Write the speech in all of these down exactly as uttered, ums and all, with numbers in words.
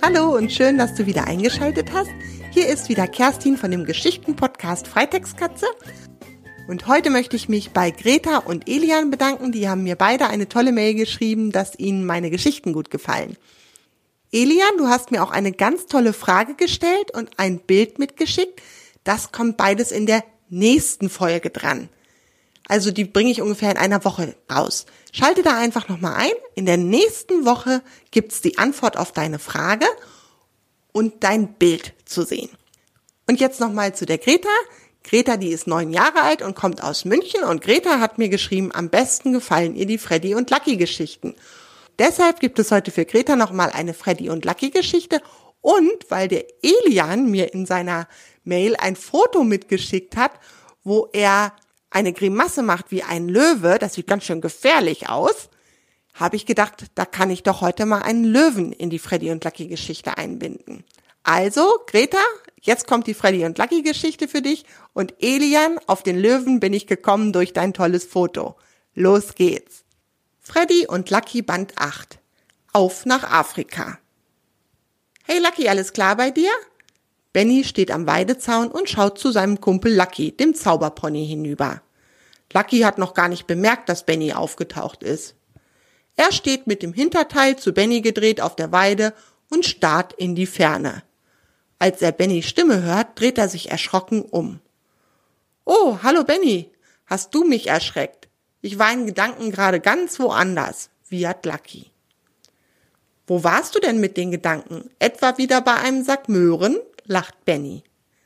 Hallo und schön, dass du wieder eingeschaltet hast. Hier ist wieder Kerstin von dem Geschichten-Podcast Freitextkatze. Und heute möchte ich mich bei Greta und Elian bedanken. Die haben mir beide eine tolle Mail geschrieben, dass ihnen meine Geschichten gut gefallen. Elian, du hast mir auch eine ganz tolle Frage gestellt und ein Bild mitgeschickt. Das kommt beides in der nächsten Folge dran. Also die bringe ich ungefähr in einer Woche raus. Schalte da einfach nochmal ein. In der nächsten Woche gibt's die Antwort auf deine Frage und dein Bild zu sehen. Und jetzt nochmal zu der Greta. Greta, die ist neun Jahre alt und kommt aus München. Und Greta hat mir geschrieben, am besten gefallen ihr die Freddy und Lucky Geschichten. Deshalb gibt es heute für Greta nochmal eine Freddy und Lucky Geschichte. Und weil der Elian mir in seiner Mail ein Foto mitgeschickt hat, wo er eine Grimasse macht wie ein Löwe, das sieht ganz schön gefährlich aus, habe ich gedacht, da kann ich doch heute mal einen Löwen in die Freddy und Lucky Geschichte einbinden. Also, Greta, jetzt kommt die Freddy und Lucky Geschichte für dich und Elian, auf den Löwen bin ich gekommen durch dein tolles Foto. Los geht's. Freddy und Lucky Band acht. Auf nach Afrika. Hey Lucky, alles klar bei dir? Benny steht am Weidezaun und schaut zu seinem Kumpel Lucky, dem Zauberpony, hinüber. Lucky hat noch gar nicht bemerkt, dass Benny aufgetaucht ist. Er steht mit dem Hinterteil zu Benny gedreht auf der Weide und starrt in die Ferne. Als er Bennys Stimme hört, dreht er sich erschrocken um. »Oh, hallo Benny, hast du mich erschreckt? Ich war in Gedanken gerade ganz woanders«, wiehert Lucky. »Wo warst du denn mit den Gedanken? Etwa wieder bei einem Sack Möhren?«, lacht Benny.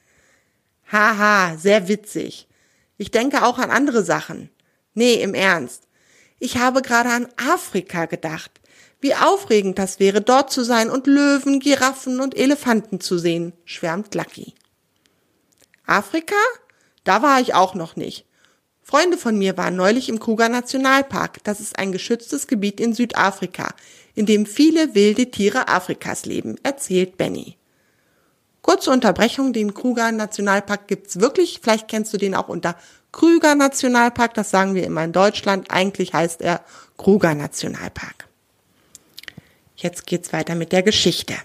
»Haha, sehr witzig. Ich denke auch an andere Sachen. Nee, im Ernst. Ich habe gerade an Afrika gedacht. Wie aufregend das wäre, dort zu sein und Löwen, Giraffen und Elefanten zu sehen«, schwärmt Lucky. »Afrika? Da war ich auch noch nicht. Freunde von mir waren neulich im Kruger Nationalpark. Das ist ein geschütztes Gebiet in Südafrika, in dem viele wilde Tiere Afrikas leben«, erzählt Benny. Kurze Unterbrechung, den Kruger Nationalpark gibt's wirklich. Vielleicht kennst du den auch unter Krüger Nationalpark. Das sagen wir immer in Deutschland. Eigentlich heißt er Kruger Nationalpark. Jetzt geht's weiter mit der Geschichte.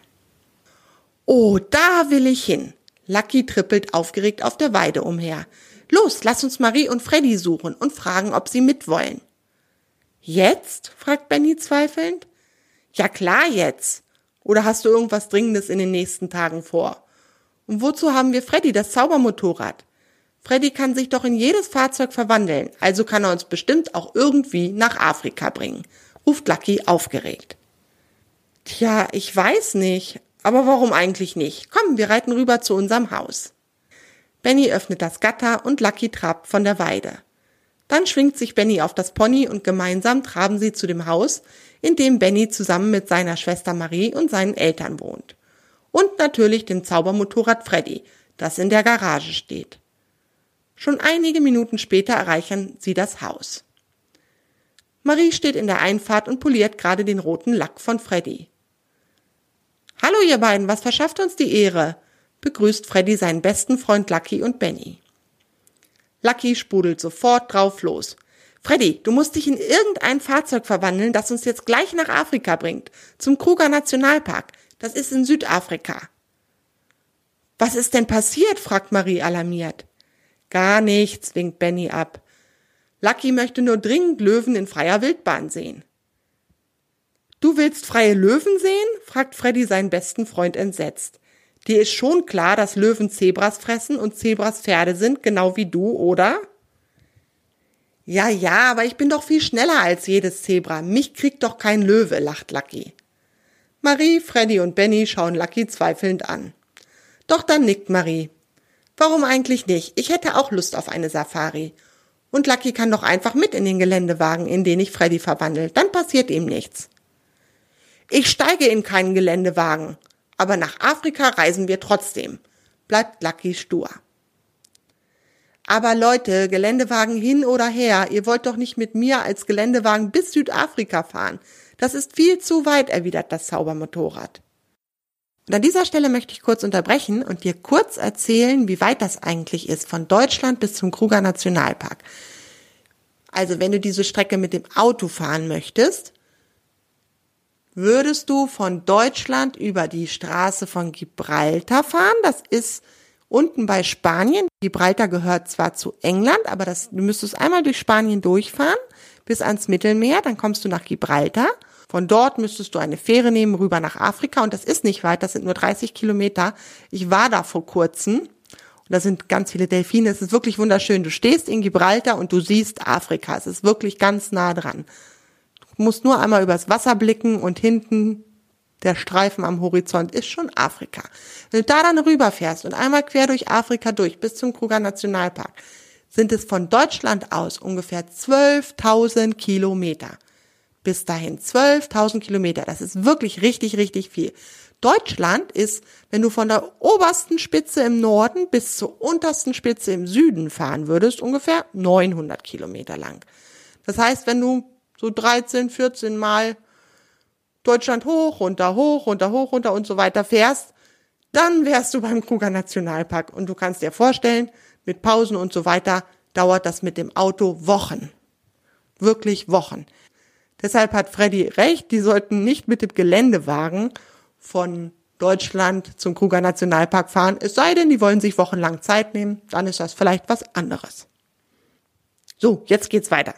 Oh, da will ich hin. Lucky trippelt aufgeregt auf der Weide umher. Los, lass uns Marie und Freddy suchen und fragen, ob sie mitwollen. Jetzt? Fragt Benny zweifelnd. Ja klar, jetzt. Oder hast du irgendwas Dringendes in den nächsten Tagen vor? Und wozu haben wir Freddy, das Zaubermotorrad? Freddy kann sich doch in jedes Fahrzeug verwandeln, also kann er uns bestimmt auch irgendwie nach Afrika bringen, ruft Lucky aufgeregt. Tja, ich weiß nicht, aber warum eigentlich nicht? Komm, wir reiten rüber zu unserem Haus. Benny öffnet das Gatter und Lucky trabt von der Weide. Dann schwingt sich Benny auf das Pony und gemeinsam traben sie zu dem Haus, in dem Benny zusammen mit seiner Schwester Marie und seinen Eltern wohnt. Und natürlich dem Zaubermotorrad Freddy, das in der Garage steht. Schon einige Minuten später erreichen sie das Haus. Marie steht in der Einfahrt und poliert gerade den roten Lack von Freddy. »Hallo ihr beiden, was verschafft uns die Ehre?«, begrüßt Freddy seinen besten Freund Lucky und Benny. Lucky sprudelt sofort drauf los. »Freddy, du musst dich in irgendein Fahrzeug verwandeln, das uns jetzt gleich nach Afrika bringt, zum Kruger Nationalpark. Das ist in Südafrika.« »Was ist denn passiert?«, fragt Marie alarmiert. »Gar nichts«, winkt Benny ab. »Lucky möchte nur dringend Löwen in freier Wildbahn sehen.« »Du willst freie Löwen sehen?«, fragt Freddy seinen besten Freund entsetzt. »Dir ist schon klar, dass Löwen Zebras fressen und Zebras Pferde sind, genau wie du, oder?« »Ja, ja, aber ich bin doch viel schneller als jedes Zebra. Mich kriegt doch kein Löwe«, lacht Lucky. Marie, Freddy und Benny schauen Lucky zweifelnd an. Doch dann nickt Marie. »Warum eigentlich nicht? Ich hätte auch Lust auf eine Safari. Und Lucky kann doch einfach mit in den Geländewagen, in den ich Freddy verwandle. Dann passiert ihm nichts.« »Ich steige in keinen Geländewagen. Aber nach Afrika reisen wir trotzdem«, bleibt Lucky stur. »Aber Leute, Geländewagen hin oder her, ihr wollt doch nicht mit mir als Geländewagen bis Südafrika fahren. Das ist viel zu weit«, erwidert das Zaubermotorrad. Und an dieser Stelle möchte ich kurz unterbrechen und dir kurz erzählen, wie weit das eigentlich ist, von Deutschland bis zum Kruger Nationalpark. Also wenn du diese Strecke mit dem Auto fahren möchtest, würdest du von Deutschland über die Straße von Gibraltar fahren. Das ist unten bei Spanien. Gibraltar gehört zwar zu England, aber das, du müsstest einmal durch Spanien durchfahren bis ans Mittelmeer, dann kommst du nach Gibraltar. Von dort müsstest du eine Fähre nehmen rüber nach Afrika und das ist nicht weit, das sind nur dreißig Kilometer. Ich war da vor kurzem und da sind ganz viele Delfine, es ist wirklich wunderschön. Du stehst in Gibraltar und du siehst Afrika, es ist wirklich ganz nah dran. Du musst nur einmal übers Wasser blicken und hinten der Streifen am Horizont ist schon Afrika. Wenn du da dann rüberfährst und einmal quer durch Afrika durch bis zum Kruger Nationalpark, sind es von Deutschland aus ungefähr zwölftausend Kilometer. Bis dahin zwölftausend Kilometer. Das ist wirklich richtig, richtig viel. Deutschland ist, wenn du von der obersten Spitze im Norden bis zur untersten Spitze im Süden fahren würdest, ungefähr neunhundert Kilometer lang. Das heißt, wenn du so dreizehn, vierzehn Mal Deutschland hoch, runter, hoch, runter, hoch, runter und so weiter fährst, dann wärst du beim Kruger Nationalpark. Und du kannst dir vorstellen, mit Pausen und so weiter dauert das mit dem Auto Wochen. Wirklich Wochen. Deshalb hat Freddy recht, die sollten nicht mit dem Geländewagen von Deutschland zum Kruger Nationalpark fahren, es sei denn, die wollen sich wochenlang Zeit nehmen, dann ist das vielleicht was anderes. So, jetzt geht's weiter.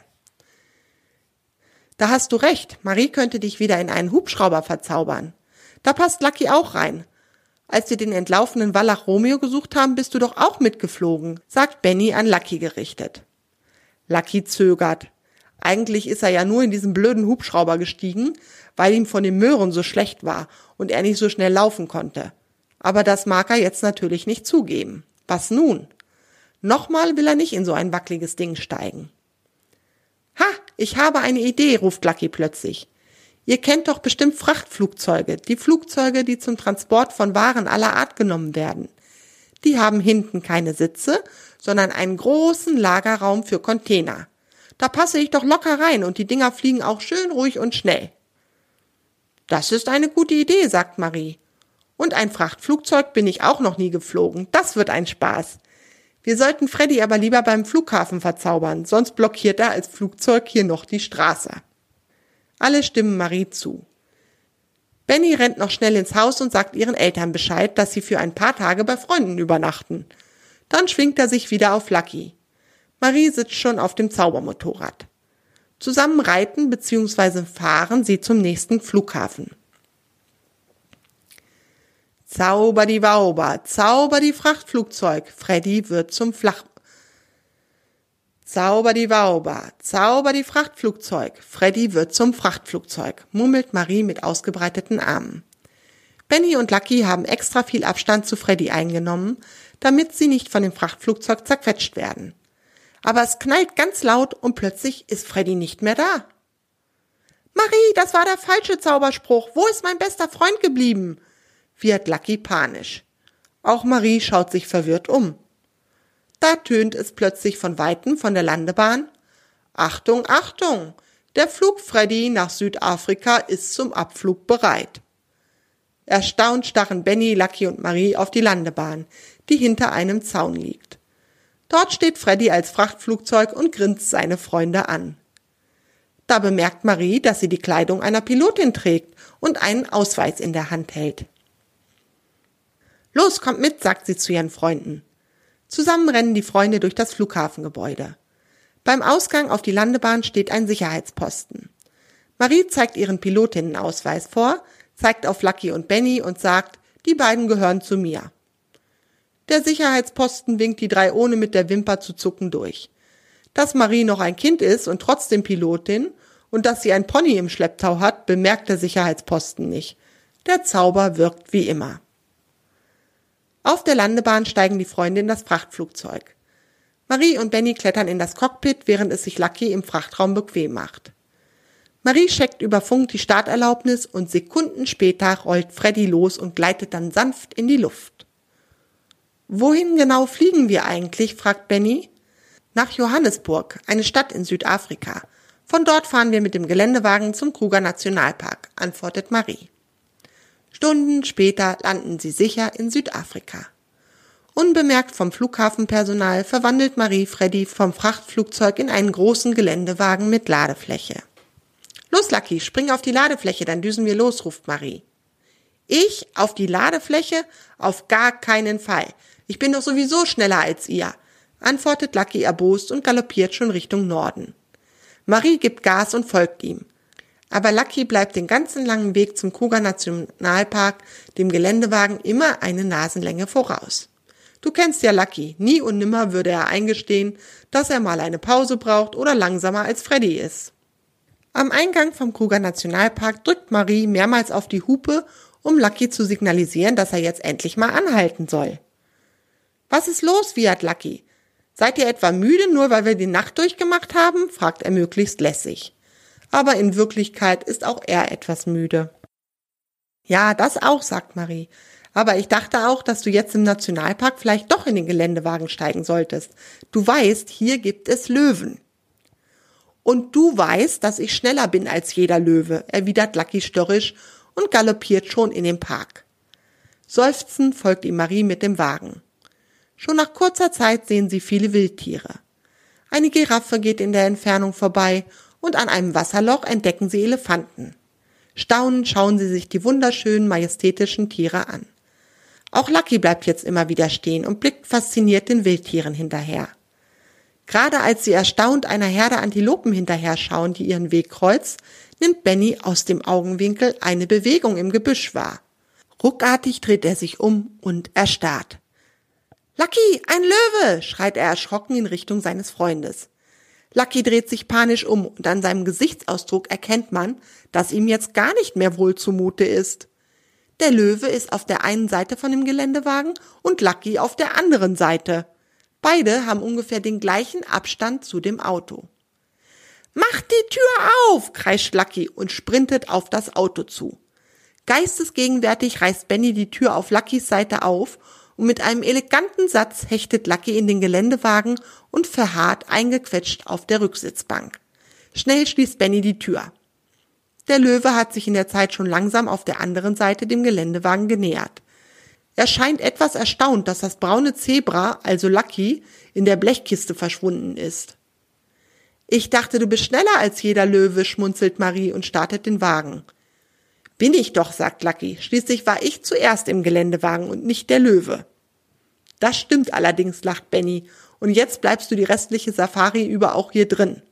Da hast du recht, Marie könnte dich wieder in einen Hubschrauber verzaubern. Da passt Lucky auch rein. Als wir den entlaufenen Wallach Romeo gesucht haben, bist du doch auch mitgeflogen, sagt Benny an Lucky gerichtet. Lucky zögert. Eigentlich ist er ja nur in diesen blöden Hubschrauber gestiegen, weil ihm von den Möhren so schlecht war und er nicht so schnell laufen konnte. Aber das mag er jetzt natürlich nicht zugeben. Was nun? Nochmal will er nicht in so ein wackeliges Ding steigen. Ha, ich habe eine Idee, ruft Lucky plötzlich. Ihr kennt doch bestimmt Frachtflugzeuge, die Flugzeuge, die zum Transport von Waren aller Art genommen werden. Die haben hinten keine Sitze, sondern einen großen Lagerraum für Container. Da passe ich doch locker rein und die Dinger fliegen auch schön ruhig und schnell. Das ist eine gute Idee, sagt Marie. Und ein Frachtflugzeug bin ich auch noch nie geflogen. Das wird ein Spaß. Wir sollten Freddy aber lieber beim Flughafen verzaubern, sonst blockiert er als Flugzeug hier noch die Straße. Alle stimmen Marie zu. Benny rennt noch schnell ins Haus und sagt ihren Eltern Bescheid, dass sie für ein paar Tage bei Freunden übernachten. Dann schwingt er sich wieder auf Lucky. Marie sitzt schon auf dem Zaubermotorrad. Zusammen reiten bzw. fahren sie zum nächsten Flughafen. Zauber die Wauber, zauber die Frachtflugzeug, Freddy wird zum Flach... Zauber die Wauber, zauber die Frachtflugzeug, Freddy wird zum Frachtflugzeug, murmelt Marie mit ausgebreiteten Armen. Benny und Lucky haben extra viel Abstand zu Freddy eingenommen, damit sie nicht von dem Frachtflugzeug zerquetscht werden. Aber es knallt ganz laut und plötzlich ist Freddy nicht mehr da. Marie, das war der falsche Zauberspruch. Wo ist mein bester Freund geblieben? Wird Lucky panisch. Auch Marie schaut sich verwirrt um. Da tönt es plötzlich von Weitem von der Landebahn. Achtung, Achtung! Der Flug Freddy nach Südafrika ist zum Abflug bereit. Erstaunt starren Benny, Lucky und Marie auf die Landebahn, die hinter einem Zaun liegt. Dort steht Freddy als Frachtflugzeug und grinst seine Freunde an. Da bemerkt Marie, dass sie die Kleidung einer Pilotin trägt und einen Ausweis in der Hand hält. Los, kommt mit, sagt sie zu ihren Freunden. Zusammen rennen die Freunde durch das Flughafengebäude. Beim Ausgang auf die Landebahn steht ein Sicherheitsposten. Marie zeigt ihren Pilotinnenausweis vor, zeigt auf Lucky und Benny und sagt, die beiden gehören zu mir. Der Sicherheitsposten winkt die drei ohne mit der Wimper zu zucken durch. Dass Marie noch ein Kind ist und trotzdem Pilotin und dass sie ein Pony im Schlepptau hat, bemerkt der Sicherheitsposten nicht. Der Zauber wirkt wie immer. Auf der Landebahn steigen die Freunde in das Frachtflugzeug. Marie und Benny klettern in das Cockpit, während es sich Lucky im Frachtraum bequem macht. Marie checkt über Funk die Starterlaubnis und Sekunden später rollt Freddy los und gleitet dann sanft in die Luft. Wohin genau fliegen wir eigentlich, fragt Benny. Nach Johannesburg, eine Stadt in Südafrika. Von dort fahren wir mit dem Geländewagen zum Kruger Nationalpark, antwortet Marie. Stunden später landen sie sicher in Südafrika. Unbemerkt vom Flughafenpersonal verwandelt Marie Freddy vom Frachtflugzeug in einen großen Geländewagen mit Ladefläche. Los, Lucky, spring auf die Ladefläche, dann düsen wir los, ruft Marie. Ich auf die Ladefläche? Auf gar keinen Fall. Ich bin doch sowieso schneller als ihr, antwortet Lucky erbost und galoppiert schon Richtung Norden. Marie gibt Gas und folgt ihm. Aber Lucky bleibt den ganzen langen Weg zum Kruger Nationalpark dem Geländewagen immer eine Nasenlänge voraus. Du kennst ja Lucky, nie und nimmer würde er eingestehen, dass er mal eine Pause braucht oder langsamer als Freddy ist. Am Eingang vom Kruger Nationalpark drückt Marie mehrmals auf die Hupe, um Lucky zu signalisieren, dass er jetzt endlich mal anhalten soll. Was ist los, wiehert Lucky? Seid ihr etwa müde, nur weil wir die Nacht durchgemacht haben? Fragt er möglichst lässig. Aber in Wirklichkeit ist auch er etwas müde. Ja, das auch, sagt Marie. Aber ich dachte auch, dass du jetzt im Nationalpark vielleicht doch in den Geländewagen steigen solltest. Du weißt, hier gibt es Löwen. Und du weißt, dass ich schneller bin als jeder Löwe, erwidert Lucky störrisch und galoppiert schon in den Park. Seufzend folgt ihm Marie mit dem Wagen. Schon nach kurzer Zeit sehen sie viele Wildtiere. Eine Giraffe geht in der Entfernung vorbei und an einem Wasserloch entdecken sie Elefanten. Staunend schauen sie sich die wunderschönen, majestätischen Tiere an. Auch Lucky bleibt jetzt immer wieder stehen und blickt fasziniert den Wildtieren hinterher. Gerade als sie erstaunt einer Herde Antilopen hinterher schauen, die ihren Weg kreuzt, nimmt Benny aus dem Augenwinkel eine Bewegung im Gebüsch wahr. Ruckartig dreht er sich um und erstarrt. »Lucky, ein Löwe!« schreit er erschrocken in Richtung seines Freundes. Lucky dreht sich panisch um und an seinem Gesichtsausdruck erkennt man, dass ihm jetzt gar nicht mehr wohl zumute ist. Der Löwe ist auf der einen Seite von dem Geländewagen und Lucky auf der anderen Seite. Beide haben ungefähr den gleichen Abstand zu dem Auto. »Mach die Tür auf!« kreischt Lucky und sprintet auf das Auto zu. Geistesgegenwärtig reißt Benny die Tür auf Luckys Seite auf und mit einem eleganten Satz hechtet Lucky in den Geländewagen und verharrt eingequetscht auf der Rücksitzbank. Schnell schließt Benny die Tür. Der Löwe hat sich in der Zeit schon langsam auf der anderen Seite dem Geländewagen genähert. Er scheint etwas erstaunt, dass das braune Zebra, also Lucky, in der Blechkiste verschwunden ist. »Ich dachte, du bist schneller als jeder Löwe«, schmunzelt Marie und startet den Wagen. »Bin ich doch«, sagt Lucky. »Schließlich war ich zuerst im Geländewagen und nicht der Löwe.« »Das stimmt allerdings«, lacht Benny. »Und jetzt bleibst du die restliche Safari über auch hier drin.«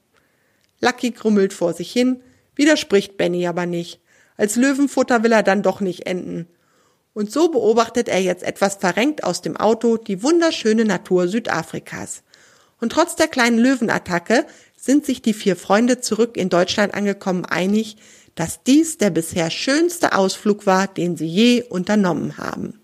Lucky grummelt vor sich hin, widerspricht Benny aber nicht. Als Löwenfutter will er dann doch nicht enden. Und so beobachtet er jetzt etwas verrenkt aus dem Auto die wunderschöne Natur Südafrikas. Und trotz der kleinen Löwenattacke sind sich die vier Freunde zurück in Deutschland angekommen einig, dass dies der bisher schönste Ausflug war, den sie je unternommen haben.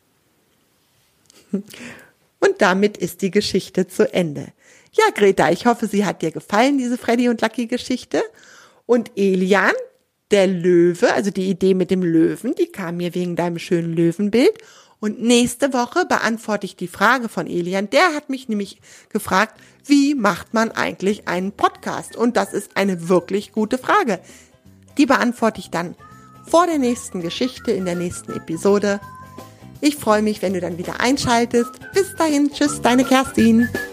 Und damit ist die Geschichte zu Ende. Ja, Greta, ich hoffe, sie hat dir gefallen, diese Freddy und Lucky Geschichte. Und Elian, der Löwe, also die Idee mit dem Löwen, die kam mir wegen deinem schönen Löwenbild. Und nächste Woche beantworte ich die Frage von Elian. Der hat mich nämlich gefragt, wie macht man eigentlich einen Podcast? Und das ist eine wirklich gute Frage. Die beantworte ich dann vor der nächsten Geschichte in der nächsten Episode. Ich freue mich, wenn du dann wieder einschaltest. Bis dahin, tschüss, deine Kerstin.